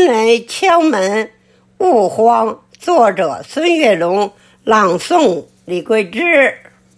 人敲门，勿慌。作者孙月龙，朗诵李桂枝。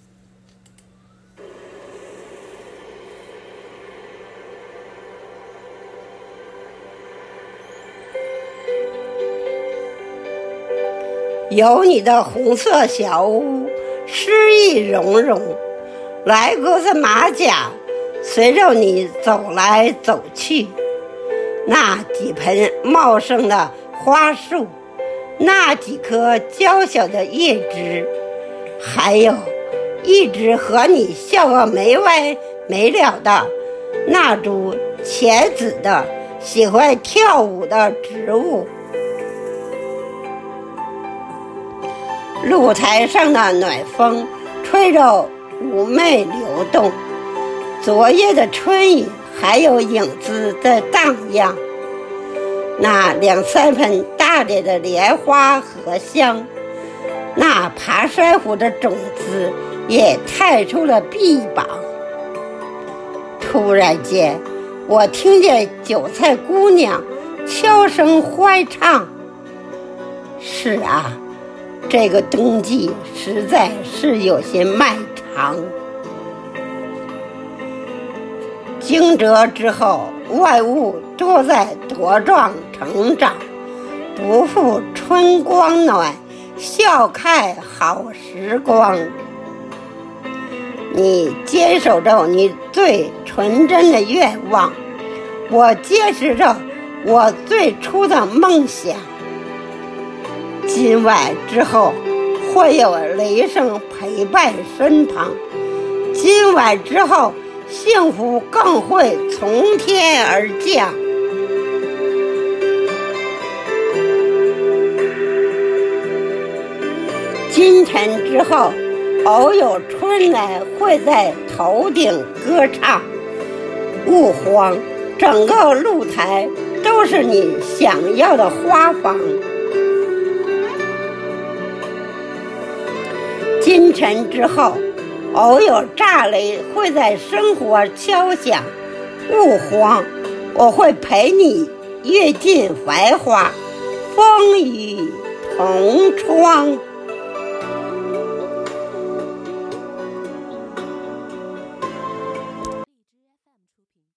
有你的红色小屋，诗意融融，来格子马甲随着你走来走去。那几盆茂盛的花树，那几棵娇小的叶枝，还有一直和你笑个没完没了的那株茄子的喜欢跳舞的植物。露台上的暖风吹着妩媚流动，昨夜的春雨还有影子在荡漾。那2-3盆大点的莲花荷香，那爬山虎的种子也探出了臂膀。突然间，我听见韭菜姑娘悄声欢唱。是啊，这个冬季实在是有些漫长。惊蛰之后，万物都在茁壮成长，不负春光暖，笑看好时光。你坚守着你最纯真的愿望，我坚持着我最初的梦想。今晚之后会有雷声陪伴身旁，今晚之后幸福更会从天而降。今晨之后，偶有春来会在头顶歌唱。勿慌，整个露台都是你想要的花房。今晨之后，偶有炸雷会在生活敲响。勿慌，我会陪你阅尽繁华，风雨同窗。